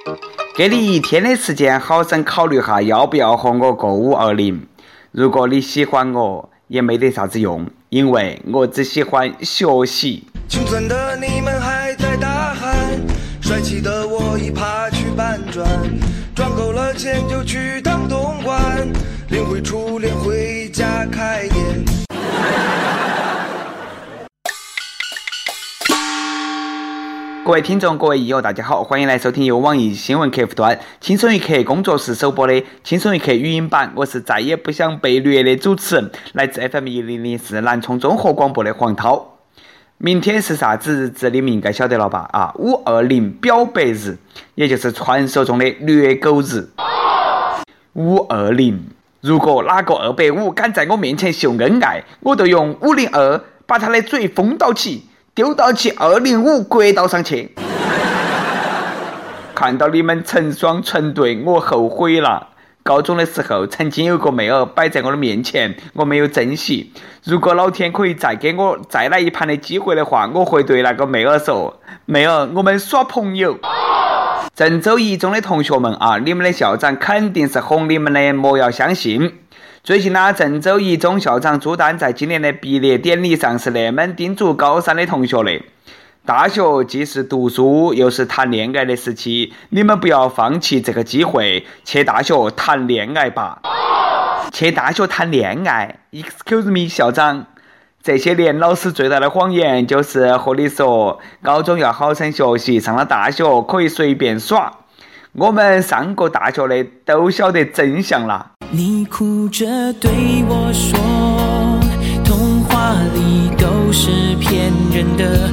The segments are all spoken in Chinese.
给你一天的时间，好生考虑下要不要和我过520。如果你喜欢我，也没得啥子用，因为我只喜欢学习。 青春的你们还在大喊，帅气的我已爬去搬砖，赚够了钱就去趟东莞，领回初恋回家开店。 各位听众，各位益友，大家好，欢迎来收听由网易新闻客户端轻松一刻工作室首播的轻松一刻语音版，我是再也不想被虐的主持人，来自 FM1004南充综合广播的黄涛。明天是啥子日子？你们应该晓得了吧？520表白日，也就是传说中的虐狗日。520，如果哪个250敢在我面前秀恩爱，我就用502把他的嘴封到起，丢到起205国道上去。看到你们成双成对，我后悔了。高中的时候，曾经有个妹儿摆在我的面前，我没有珍惜。如果老天可以再给我再来一盘的机会的话，我会对那个妹儿说：“妹儿，我们耍朋友。”郑州一中的同学们啊，你们的校长肯定是哄你们的，莫要相信。最近呢，郑州一中校长朱丹在今年的毕业典礼上是那么叮嘱高三的同学的：大学既是读书又是谈恋爱的时期，你们不要放弃这个机会，去大学谈恋爱吧。去大学谈恋爱 ？Excuse me， 校长。这些年老师最大的谎言就是和你说，高中要好生学习，上了大学可以随便耍。我们上过大学的都晓得真相了。 你哭着对我说，童话里都是骗人的。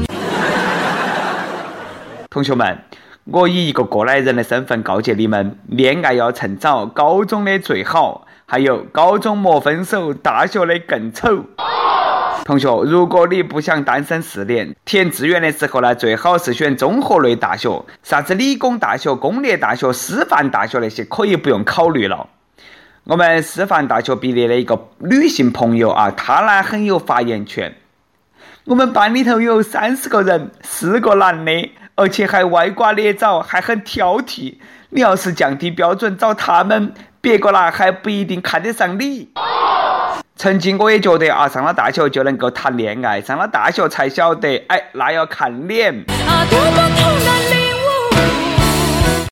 同学们，我以一个过来人的身份告诫你们，恋爱要趁早，高中的最好，还有高中莫分手，大学的更丑。同学，如果你不想单身4年，填志愿的时候呢，最好是选综合类大学，啥子理工大学、工业大学、师范大学那些可以不用考虑了。我们师范大学毕业的一个女性朋友啊，她呢很有发言权。我们班里头有30个人，4个男的，而且还歪瓜裂枣，还很挑剔。你要是降低标准找他们，别个呢还不一定看得上你。曾经我也觉得啊，上了大学就能够谈恋爱，上了大学才晓得，那要看脸。 多么痛的领悟。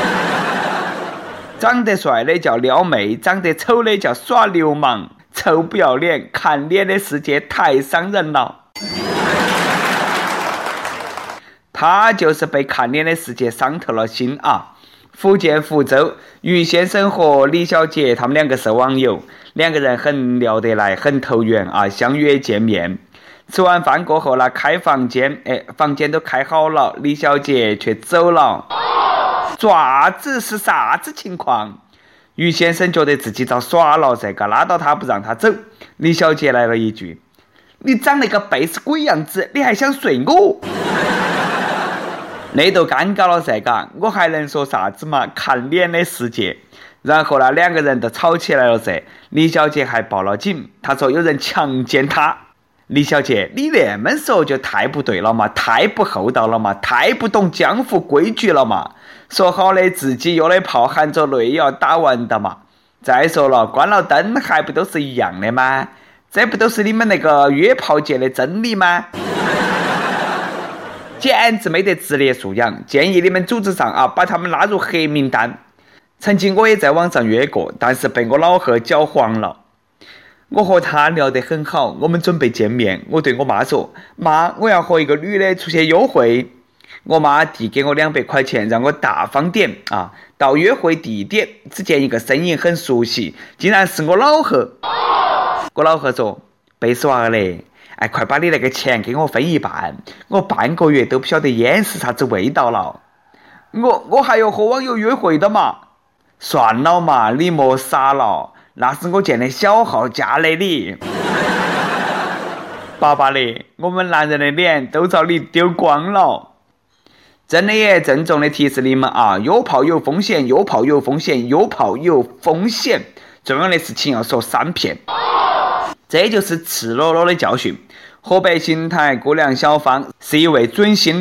长得帅的叫撩妹，长得丑的叫耍流氓，臭不要脸，看脸的世界太伤人了。他就是被看脸的世界伤透了心啊。福建福州，于先生和李小姐他们两个是网友，两个人很聊得来，很投缘啊，相约见面。吃完饭过后呢，开房间，房间都开好了，李小姐却走了。爪子是啥子情况？于先生觉得自己遭耍了，这个拉到他不让他走。李小姐来了一句：“你长那个背是鬼样子，你还想睡我？”那都尴尬了噻，嘎，我还能说啥子嘛？看脸的世界。然后呢，两个人都吵起来了噻。李小姐还报了警，她说有人强奸她。李小姐，你那么说就太不对了嘛，太不厚道了嘛，太不懂江湖规矩了嘛。说好的自己约的炮含着泪要打完的嘛。再说了，关了灯还不都是一样的吗？这不都是你们那个约炮界的真理吗？简直没得职业素养，建议你们组织上啊，把他们拉入黑名单。曾经我也在网上约过，但是被我老贺搅黄了。我和他聊得很好，我们准备见面。我对我妈说：“妈，我要和一个女的出去约会。”我妈递给我200块钱，让我大方点啊。到约会地点，只见一个身影很熟悉，竟然是我老贺。我老贺说：“贝斯娃儿嘞。快把你那个钱给我分一半，我半个月都不晓得烟是啥子味道了。我还要和网友约会的嘛。算了嘛，你莫傻了，那是我建的小号加的你。爸爸嘞，我们男人的脸都遭你丢光了。真的也郑重的提示你们啊，约炮有风险，约炮有风险，约炮有风险，重要的事情要说3遍。这就是赤裸裸的教训。河北邢台姑娘小芳是一位准新娘，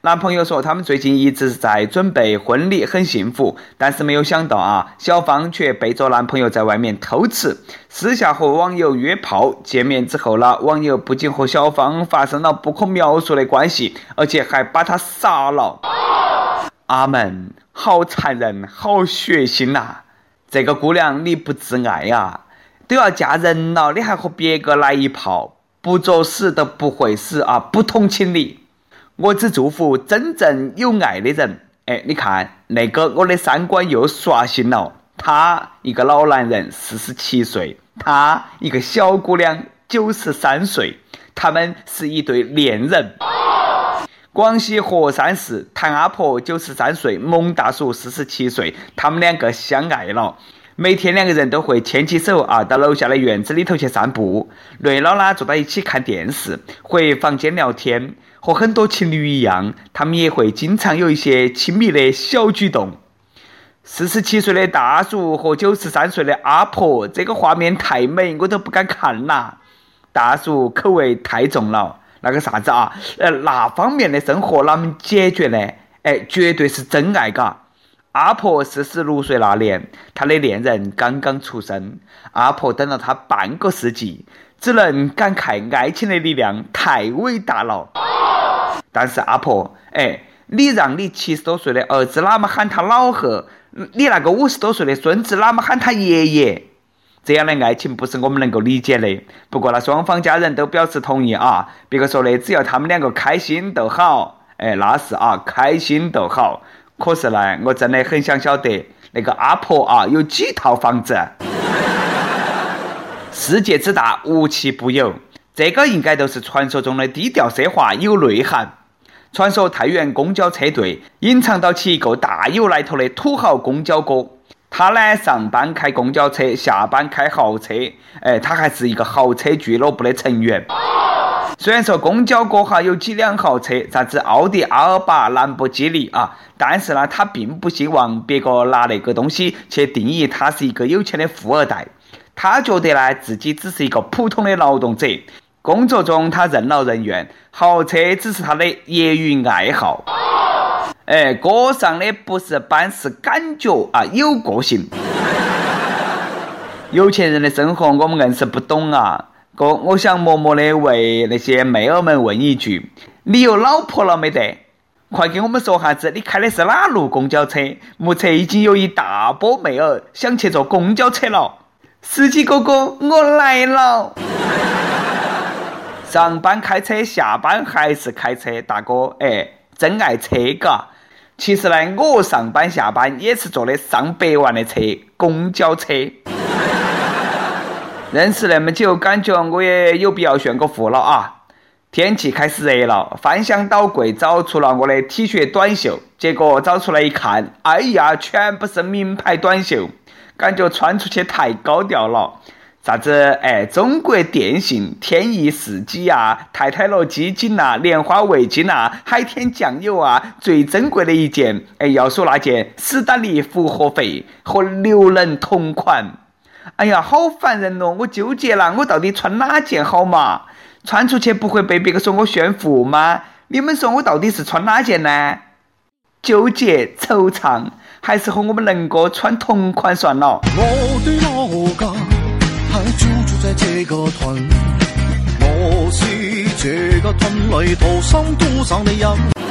男朋友说他们最近一直在准备婚礼，很幸福，但是没有想到啊，小芳却背着男朋友在外面偷吃，私下和网友约炮。见面之后呢，网友不仅和小芳发生了不可描述的关系，而且还把她杀了。阿门，好残忍，好血腥呐！这个姑娘你不自爱啊，都要嫁人了，你还和别个来一炮，不作死都不会死啊！不同情你。我只祝福真正有爱的人。你看那个，我的三观又刷新了。他一个老男人47岁，他一个小姑娘93岁，他们是一对恋人。广西佛山市谭阿婆93岁，蒙大叔47岁，他们两个相爱了。每天两个人都会牵起手啊，到楼下的院子里头去散步。累了啦，坐在一起看电视，回房间聊天。和很多情侣一样，他们也会经常有一些亲密的小举动。47岁的大叔和93岁的阿婆，这个画面太美，我都不敢看啦。大叔口味太重了，那个啥子啊，那方面的生活哪们解决呢？绝对是真爱嘎。阿婆46岁那年，她的恋人刚刚出生，阿婆等了他半个世纪，只能感慨爱情的力量太伟大了。但是阿婆，你让你70多岁的儿子哪么喊他老贺，你那个50多岁的孙子哪么喊他爷爷？这样的爱情不是我们能够理解的。不过呢，双方家人都表示同意啊。别个说的，只要他们两个开心就好。那是啊，开心就好。可是呢，我真的很想晓得那个阿婆啊有几套房子。世界之大，无奇不有，这个应该都是传说中的低调奢华有内涵。传说太原公交车队隐藏到起一个大有来头的土豪公交哥，他呢上班开公交车，下班开豪车，他还是一个豪车俱乐部的成员。虽然说公交哥哈有几辆豪车，啥子奥迪、阿尔巴、兰博基尼啊，但是呢，他并不希望别个拿那个东西去定义他是一个有钱的富二代。他觉得呢，自己只是一个普通的劳动者，工作中他任劳任怨，豪车只是他的业余爱好。哥上的不是班，是感觉啊，有个性。有钱人的生活我们硬是不懂啊。哥，我想默默的为那些妹儿们问一句，你有老婆了没得？快给我们说下子，你开的是哪路公交车？目测已经有一大波妹儿想去坐公交车了。司机哥哥，我来了。上班开车，下班还是开车，大哥，真爱车嘎。其实呢，我上班下班也是坐的上百万的车，公交车。认识那么久，感觉我也有必要炫个富了啊！天气开始热了，翻箱倒柜找出了我的 T 恤短袖，结果找出来一看，哎呀，全部是名牌短袖，感觉穿出去太高调了。啥子中国电信、天翼世纪啊，太太乐基金啊，莲花味精啊，海天酱油啊，最珍贵的一件，要说那件史丹利复活费和刘能同款。哎呀，好烦人哦！我纠结了，我到底穿哪件好嘛？穿出去不会被别个说我炫富吗？你们说我到底是穿哪件呢？纠结惆怅，还是和我们能哥穿同款算了。 我的老家还就住在这个屯，我是这个屯里土生土长的人。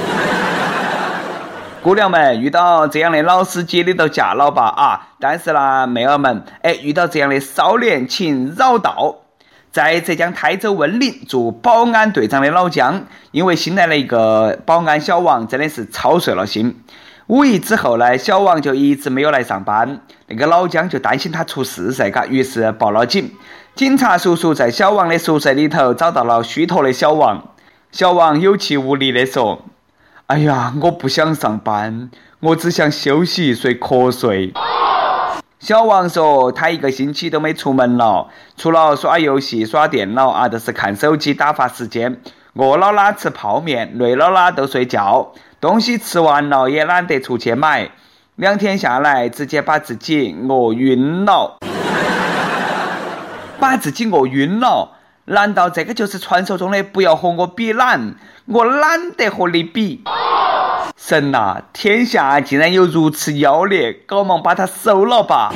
姑娘们，遇到这样的老司机你都嫁了吧啊！但是呢，妹儿们，遇到这样的少年请绕道。在浙江台州温岭做保安队长的老姜，因为新来了一个保安小王，真的是操碎了心。5一之后呢，小王就一直没有来上班，那个老姜就担心他出事噻，于是报了警。警察叔叔在小王的宿舍里头找到了虚脱的小王，小王有气无力地说：哎呀，我不想上班，我只想休息睡瞌睡。小王说他1个星期都没出门了，除了刷游戏耍电脑啊，都是看手机打发时间。饿了啦吃泡面，累了啦都睡觉，东西吃完了也懒得出去买，2天下来直接把自己饿晕了。把自己饿晕了， 难道这个就是传说中的不要和我比懒，我懒得和你比？神啊，天下竟然有如此妖孽，赶忙把他收了吧。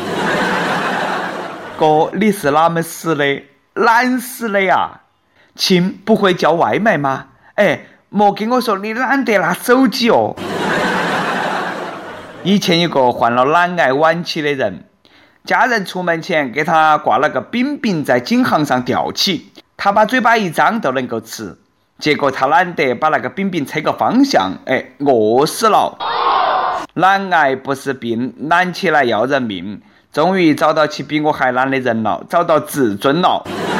哥，你是哪门死的？懒死的呀！亲，不会叫外卖吗？莫跟我说你懒得拿手机哦。以前有个患了懒癌晚期的人，家人出门前给他挂了个饼饼在颈项上吊起，他把嘴巴一张都能够吃。结果他懒得把那个饼饼扯个方向，饿死了。懒癌不是病，懒起来要人命。终于找到起比我还懒的人了，找到自尊了。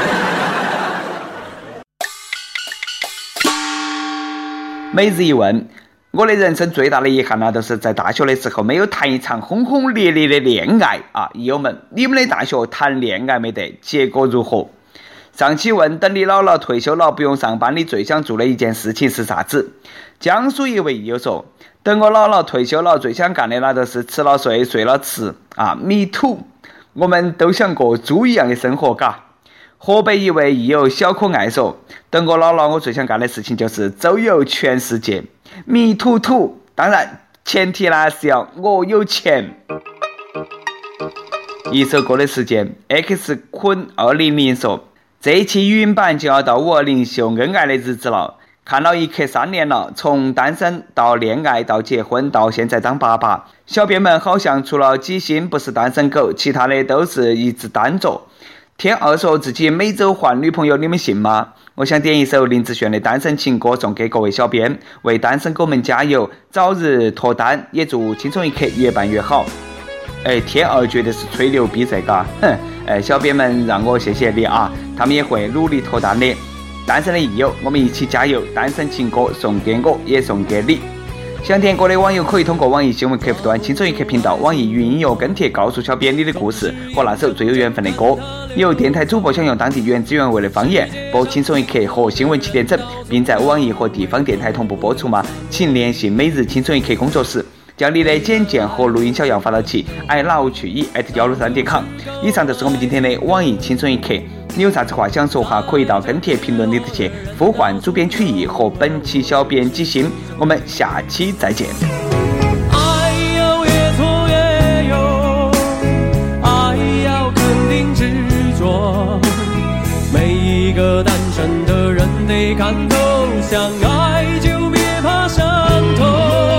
每日一问，我的人生最大的遗憾呢，都是在大学的时候没有谈一场轰轰烈烈的恋爱啊！益友们，你们的大学谈恋爱没得？结果如何？上期问，等你老了退休了不用上班，你最想做的一件事情是啥子？江苏一位益友说，等我老了退休了最想干的那都是吃了睡，睡了吃啊 Me too， 我们都想过猪一样的生活嘎。河北一位益友小可爱说，等我老了我最想干的事情就是周游全世界 Me too， 当然前提呢是要我有钱。一首歌的时间 X 坤200说，这一期语音版就要到520秀恩爱的日子了，看了一刻3年了，从单身到恋爱到结婚到现在当爸爸，小编们好像除了几星不是单身狗，其他的都是一直单着。天二说自己每周换女朋友，你们信吗？我想点一首林志炫的单身情歌送给各位小编，为单身狗们加油，早日脱单，也祝轻松一刻越办越好。天二绝对是吹牛逼这个，小编们让我谢谢你啊，他们也会努力脱单的。单身的益友，我们一起加油！单身情歌送给我，也送给你。想点歌的网友可以通过网易新闻客户端轻松一刻频道、网易云音乐跟帖告诉小编你的故事和那首最有缘分的歌。有电台主播想用当地原汁原味的方言播轻松一刻和新闻7点整，并在网易和地方电台同步播出吗？请联系每日轻松一刻工作室，将你的简介和录音小样发到其@163.com。以上就是我们今天的网易轻松一刻。你有啥子话想说哈，可以到跟帖评论里头去呼唤主编曲艺和本期小编即兴。我们下期再见。 爱要越挫越勇，爱要肯定执着，每一个单身的人得看透，相爱就别怕伤痛，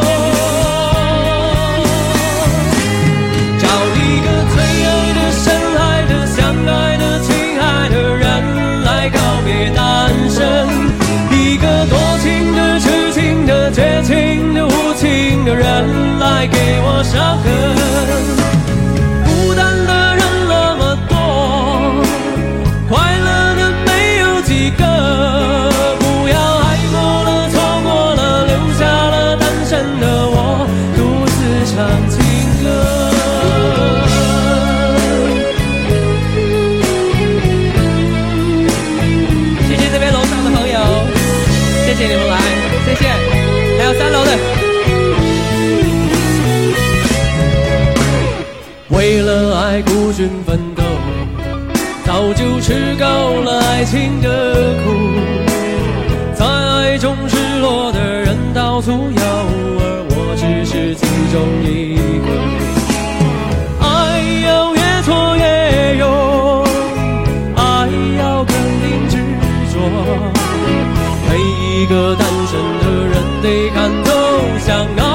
找一个最爱的深爱的相爱的亲爱的人来告别单身，一个多情的痴情的绝情的无情的人来给我伤痕。孤单的人那么多，快乐的没有几个，不要爱过了错过了，留下了单身的我独自唱情歌。谢谢你们来，谢谢，还有3楼的。为了爱孤军奋斗，早就吃够了爱情的苦，在爱中失落的人到处有，而我只是其中一个。爱要越挫越勇，爱要肯定执着，每一个单身的人得看透，相爱